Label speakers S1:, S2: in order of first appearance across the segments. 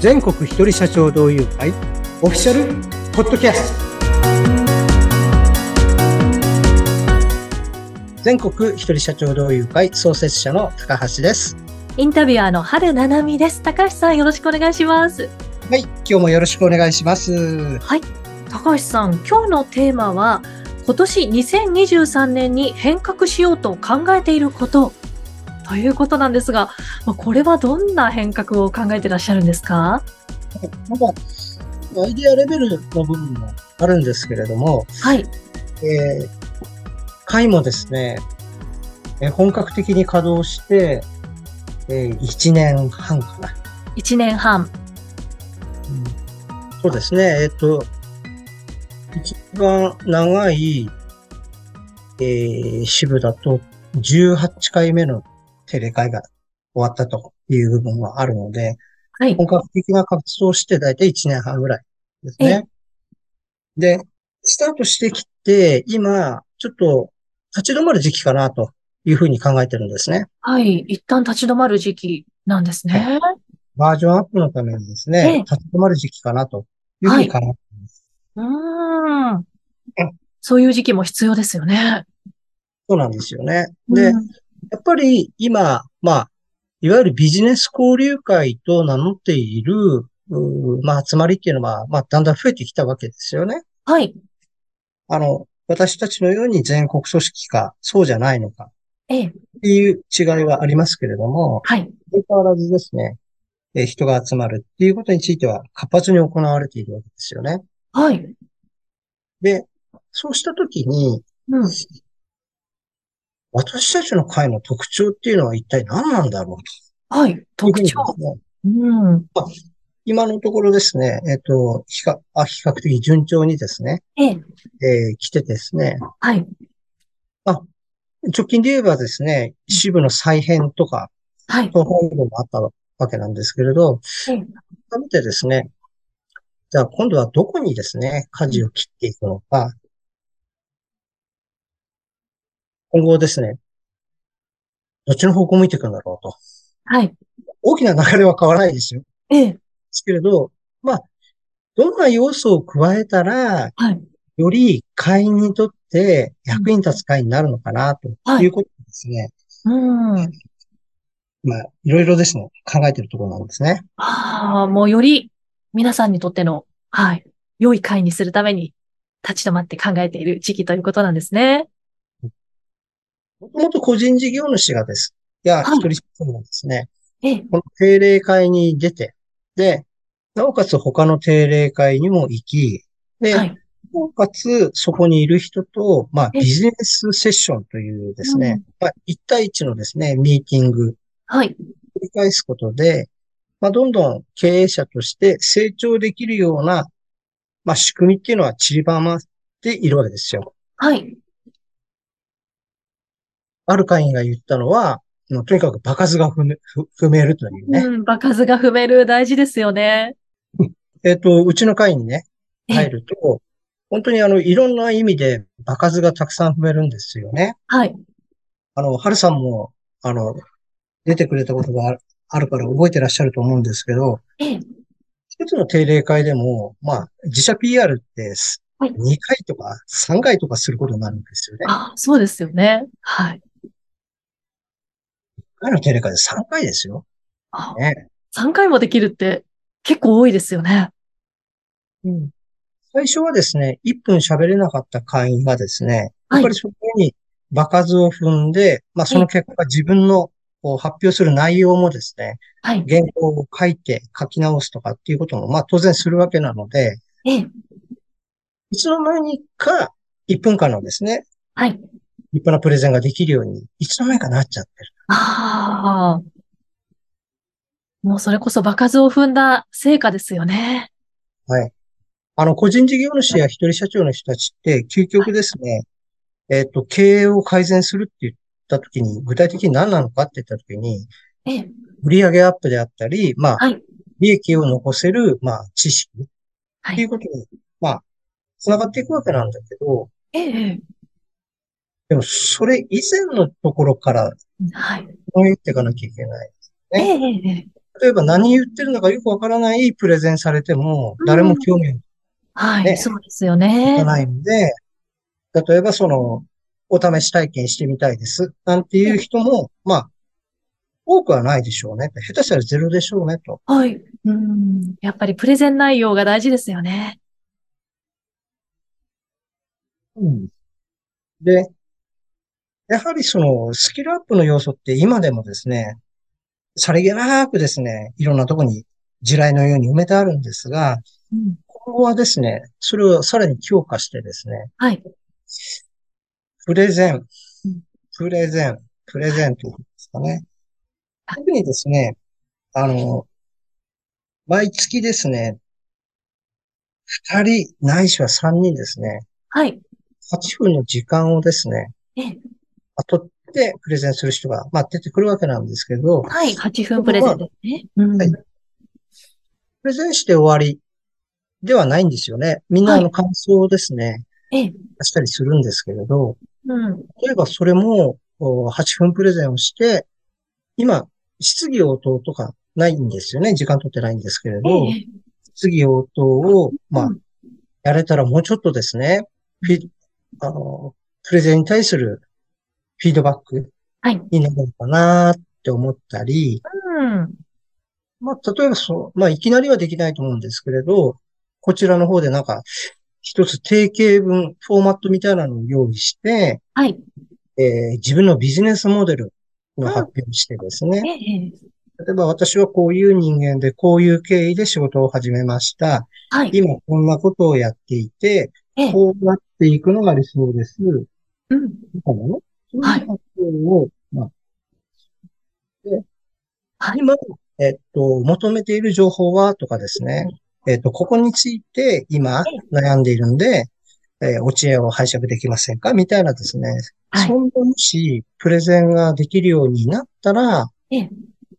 S1: 全国一人社長同友会オフィシャルポッドキャスト。全国一人社長同友会創設者の高橋です。
S2: インタビュアーの春七海です。高橋さん、よろしくお願いします。
S1: はい、今日もよろしくお願いします。
S2: はい、高橋さん、今日のテーマは今年2023年に変革しようと考えていることということなんですが、これはどんな変革を考えていらっしゃるんですか？
S1: まだアイデアレベルの部分もあるんですけれども、
S2: はい。
S1: 会もですね、本格的に稼働して、1年半かな。
S2: 1年半。
S1: そうですね。一番長い、支部だと18回目の定例会が終わったという部分があるので、
S2: はい。
S1: 本格的な活動をしてだいたい1年半ぐらいです
S2: ええ。
S1: ね。で、スタートしてきて、今、ちょっと立ち止まる時期かなというふうに考えてるんですね。
S2: はい。一旦立ち止まる時期なんです
S1: はい。
S2: ね。
S1: バージョンアップのためにですね、
S2: ええ。
S1: 立ち止まる時期かなというふう
S2: はい。
S1: に考えています。
S2: うーん。
S1: うん。
S2: そういう時期も必要ですよね。
S1: そうなんですよね。で、
S2: うん。
S1: やっぱり今、いわゆるビジネス交流会と名乗っている、集まりっていうのは、だんだん増えてきたわけですよね。
S2: はい。
S1: 私たちのように全国組織か、そうじゃないのか
S2: ええ。
S1: っていう違いはありますけれども、
S2: はい。
S1: 相変わらずですね、人が集まるっていうことについては活発に行われているわけですよね。
S2: はい。
S1: で、そうしたときに、
S2: うん。
S1: 私たちの会の特徴っていうのは一体何なんだろう
S2: はい。
S1: というふう
S2: 特徴。
S1: にですね、
S2: うん。
S1: 今のところですね、比較的順調にですね、
S2: ええ。
S1: 来てですね、
S2: はい。
S1: あ、直近で言えばですね、支部の再編とか、
S2: はい。
S1: 統廃合もあったわけなんですけれど、
S2: ええ。
S1: 改めてですね、じゃあ今度はどこにですね、舵を切っていくのか、今後ですね、どっちの方向を向いていくんだろうと。
S2: はい。
S1: 大きな流れは変わらないですよ。で
S2: ええ。
S1: すけれど、どんな要素を加えたら、
S2: はい。
S1: より会員にとって
S2: うん。
S1: 役に立つ会になるのかな、と
S2: はい。
S1: いうことですね。
S2: うん。
S1: いろいろですね、考えているところなんですね。
S2: ああ、もうより皆さんにとっての、はい。良い会にするために立ち止まって考えている時期ということなんですね。
S1: もともと個人事業主がです。
S2: はい。
S1: 一人一人がですね、
S2: ええ。
S1: この定例会に出て、で、なおかつ他の定例会にも行き、で、
S2: はい。
S1: なおかつそこにいる人と、
S2: ええ。
S1: ビジネスセッションというですね、
S2: うん。
S1: 一対一のですね、ミーティング、
S2: はい。
S1: 繰り返すことで、どんどん経営者として成長できるような、仕組みっていうのは散りばまっているわけですよ。
S2: はい。
S1: ある会員が言ったのは、もうとにかく場数が踏めるというね。
S2: うん。場数が踏める大事ですよね。
S1: うちの会にね、入
S2: ええ。
S1: ると、本当にいろんな意味で場数がたくさん踏めるんですよね。
S2: はい。
S1: 春さんも、あの、出てくれたことがあるから覚えてらっしゃると思うんですけど、
S2: ええ。
S1: 一つの定例会でも、自社 PR って
S2: はい。
S1: 2回とか3回とかすることになるんですよね。
S2: あ、そうですよね。はい。
S1: 1回の定例会で3回ですよ。
S2: あ、
S1: ね。
S2: 3回もできるって結構多いですよね。
S1: うん。最初はですね、1分喋れなかった会員がですね、やっ
S2: はい。
S1: ぱりそこに場数を踏んで、そ
S2: ええ。
S1: の結果自分の発表する内容もですね、
S2: はい。
S1: 原稿を書いて書き直すとかっていうことも、当然するわけなので、
S2: ええ。
S1: いつの間にか1分間のですね、
S2: はい。
S1: 立派なプレゼンができるように、いつの間にかなっちゃってる。
S2: ああ、もうそれこそ場数を踏んだ成果ですよね。
S1: はい。個人事業主や一人社長の人たちって、究極ですね、経営を改善するって言ったときに、具体的に何なのかって言ったときに、
S2: ええ。
S1: 売上アップであったり、
S2: はい。
S1: 利益を残せる、知識っ
S2: はい。
S1: ていうことに、繋がっていくわけなんだけど、
S2: ええ。
S1: でも、それ以前のところから、
S2: はい。
S1: こう言っていかなきゃいけないです
S2: ええ。
S1: ね。
S2: ええ。
S1: 例えば何言ってるのかよくわからないプレゼンされても、誰も
S2: うん。
S1: 興味を
S2: はい、
S1: ね、
S2: そうですよね。
S1: 持たないので、例えばお試し体験してみたいです。なんていう人も、まあ、多くはないでしょうね。下手したらゼロでしょうね、と。
S2: はい。うん。やっぱりプレゼン内容が大事ですよね。
S1: うん。で、やはりスキルアップの要素って今でもですね、さりげなくですね、いろんなところに地雷のように埋めてあるんですが、
S2: うん。
S1: 今後はですね、それをさらに強化してですね、
S2: はい。
S1: プレゼン、
S2: うん。
S1: プレゼン、プレ
S2: はい。
S1: ゼンというんですかね。
S2: あ、
S1: 特にですね、あの、毎月ですね、二人ないしは三人ですね、
S2: はい。
S1: 8分の時間をですね、
S2: ええ、
S1: 取ってプレゼンする人が、まあ、出てくるわけなんですけど、
S2: はい。8分プレゼン
S1: でもまあ、
S2: ですね。う
S1: はい、
S2: ん。
S1: プレゼンして終わりではないんですよね。みんな
S2: はい。
S1: 感想をですね、
S2: ええ、
S1: 出したりするんですけれど、
S2: うん。
S1: 例えばそれも8分プレゼンをして、今、質疑応答とかないんですよね。時間取ってないんですけれ
S2: え
S1: ど、
S2: え、
S1: 質疑応答を、まあ、
S2: うん。
S1: やれたらもうちょっとですね、フィ、あの、プレゼンに対するフィードバック
S2: はい。
S1: になるのかなって思ったり、
S2: うん。
S1: まあ、例えばまあ、いきなりはできないと思うんですけれど、こちらの方でなんか、一つ定型文、フォーマットみたいなのを用意して、
S2: はい。
S1: 自分のビジネスモデルの
S2: うん。
S1: 発表をしてですね、
S2: ええ、
S1: 例えば私はこういう人間でこういう経緯で仕事を始めました。
S2: はい。
S1: 今こんなことをやっていて、
S2: ええ、
S1: こうなっていくのが理想です。
S2: うん。
S1: みたいなね。そういう
S2: はい。
S1: 発表を、まあ、で
S2: はい。
S1: 今、求めている情報はとかですね。ここについて今
S2: ええ、
S1: 悩んでいるんで、お知恵を拝借できませんかみたいなですね。
S2: はい。
S1: そんなもし、プレゼンができるようになったら、
S2: ええ、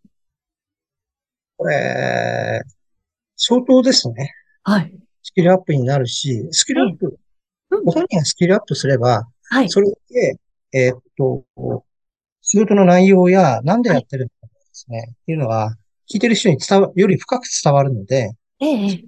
S1: これ、相当ですね。
S2: はい。
S1: スキルアップになるし、スキ
S2: ええ、
S1: ルアップ、
S2: うん。
S1: ご本人がスキルアップすれば、
S2: はい。
S1: それで、仕事の内容や何で
S2: はい。
S1: やってるのかですね、っていうのは、聞いてる人により深く伝わるので、
S2: ええ、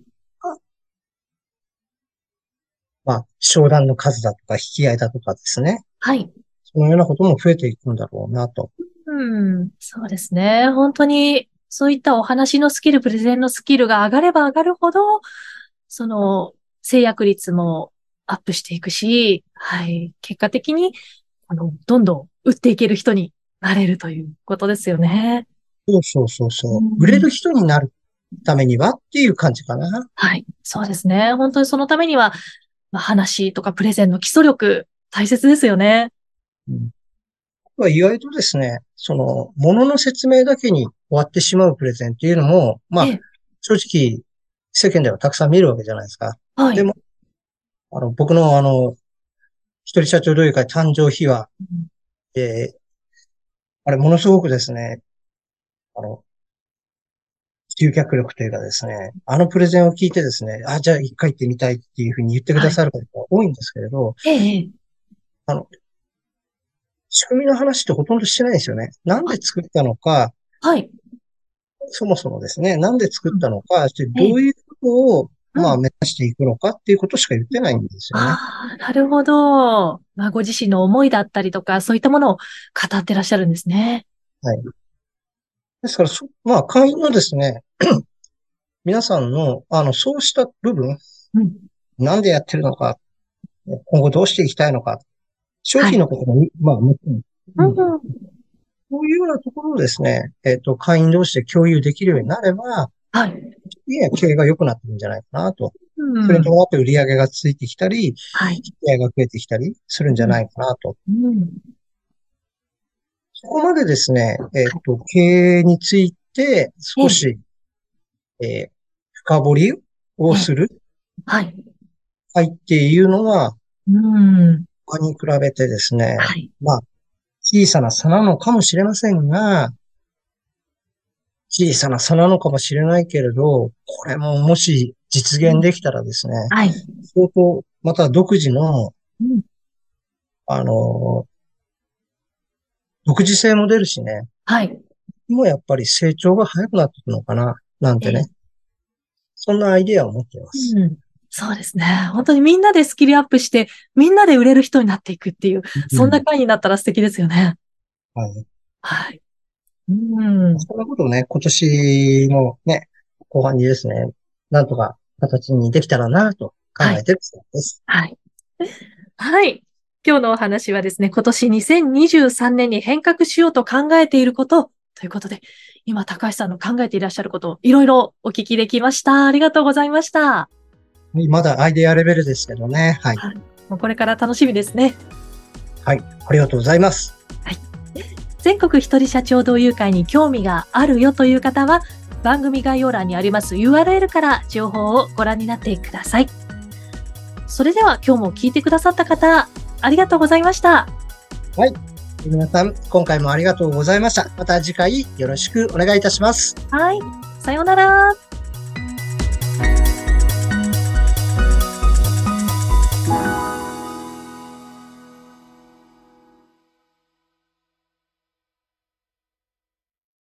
S1: まあ、商談の数だとか、引き合いだとかですね、
S2: はい。
S1: そのようなことも増えていくんだろうなと。
S2: うん。そうですね。本当に、そういったお話のスキル、プレゼンのスキルが上がれば上がるほど、その、制約率もアップしていくし、はい。結果的に、どんどん売っていける人になれるということですよね。
S1: そうそうそう
S2: う
S1: そう。売れ
S2: ん。
S1: る人になるためにはっていう感じかな。
S2: はい。そうですね。本当にそのためには、まあ、話とかプレゼンの基礎力、大切ですよね。
S1: うん、意外とですね、ものの説明だけに終わってしまうプレゼンっていうのも、まあ、
S2: ええ。
S1: 正直、世間ではたくさん見るわけじゃないですか。
S2: はい。
S1: でも、僕の一人社長同友会誕生秘話、
S2: うん。
S1: えーあれ、ものすごくですね、あの、集客力というかですね、あのプレゼンを聞いてですね、あ、じゃあ一回行ってみたいっていうふうに言ってくだ
S2: はい。
S1: さる方が多いんですけれど、
S2: ええ。ええ。
S1: あの、仕組みの話ってほとんどしてないんですよね。なん
S2: あ、
S1: で作ったのか、
S2: はい。
S1: そもそもですね、なんで作っ
S2: うん。
S1: たのか、
S2: ええ。
S1: どういうことを、まあ、
S2: うん。
S1: 目指していくのかっていうことしか言ってないんですよね。
S2: ああ、なるほど。まあ、ご自身の思いだったりとか、そういったものを語ってらっしゃるんですね。
S1: はい。ですから、まあ、会員のですね、皆さんの、そうした部分、
S2: うん。
S1: なんでやってるのか、今後どうしていきたいのか、商
S2: はい。
S1: 品のことも、まあ、もちろん、
S2: うん。
S1: そういうようなところをですね、会員同士で共有できるようになれば、
S2: はい。
S1: いや、経営が良くなってるんじゃないかなと。
S2: う
S1: それに
S2: ん。
S1: 伴って売り上げがついてきたり、
S2: はい。
S1: 引き合いが増えてきたりするんじゃ
S2: うん。
S1: ないかなと。
S2: うん。
S1: そこまでですね、
S2: はい。
S1: 経営について
S2: ええ。
S1: 少し、えー深掘りを
S2: ええ。
S1: する
S2: はい。
S1: 会っていうのは、
S2: うん。
S1: 他に比べてですね、
S2: はい。
S1: まあ、小さな差なのかもしれませんが、小さな差なのかもしれないけれど、これももし実
S2: うん。
S1: 現できたらですね、
S2: はい。
S1: 相当、また独自の、
S2: うん。
S1: あの、独自性も出るしね、
S2: はい。
S1: もやっぱり成長が早くなっていくのかな、なんてね。そんなアイデアを持っています。
S2: うん。そうですね。本当にみんなでスキルアップして、みんなで売れる人になっていくっていう、そんな
S1: うん。
S2: 会になったら素敵ですよね。
S1: はい。
S2: はい。うん。
S1: そんなことをね、今年のね、後半にですね、なんとか形にできたらなと考
S2: はい。
S1: えてるそうです。
S2: はい。はい。今日のお話はですね、今年2023年に変革しようと考えていることということで、今高橋さんの考えていらっしゃることをいろいろお聞きできました。ありがとうございました。
S1: まだアイデアレベルですけどね。はい。
S2: はい。もうこれから楽しみですね。
S1: はい。ありがとうございます。
S2: はい。全国一人社長同友会に興味があるよという方は、番組概要欄にあります URL から情報をご覧になってください。それでは今日も聞いてくださった方、ありがとうございました。
S1: はい。皆さん、今回もありがとうございました。また次回よろしくお願いいたします。
S2: はい。さようなら。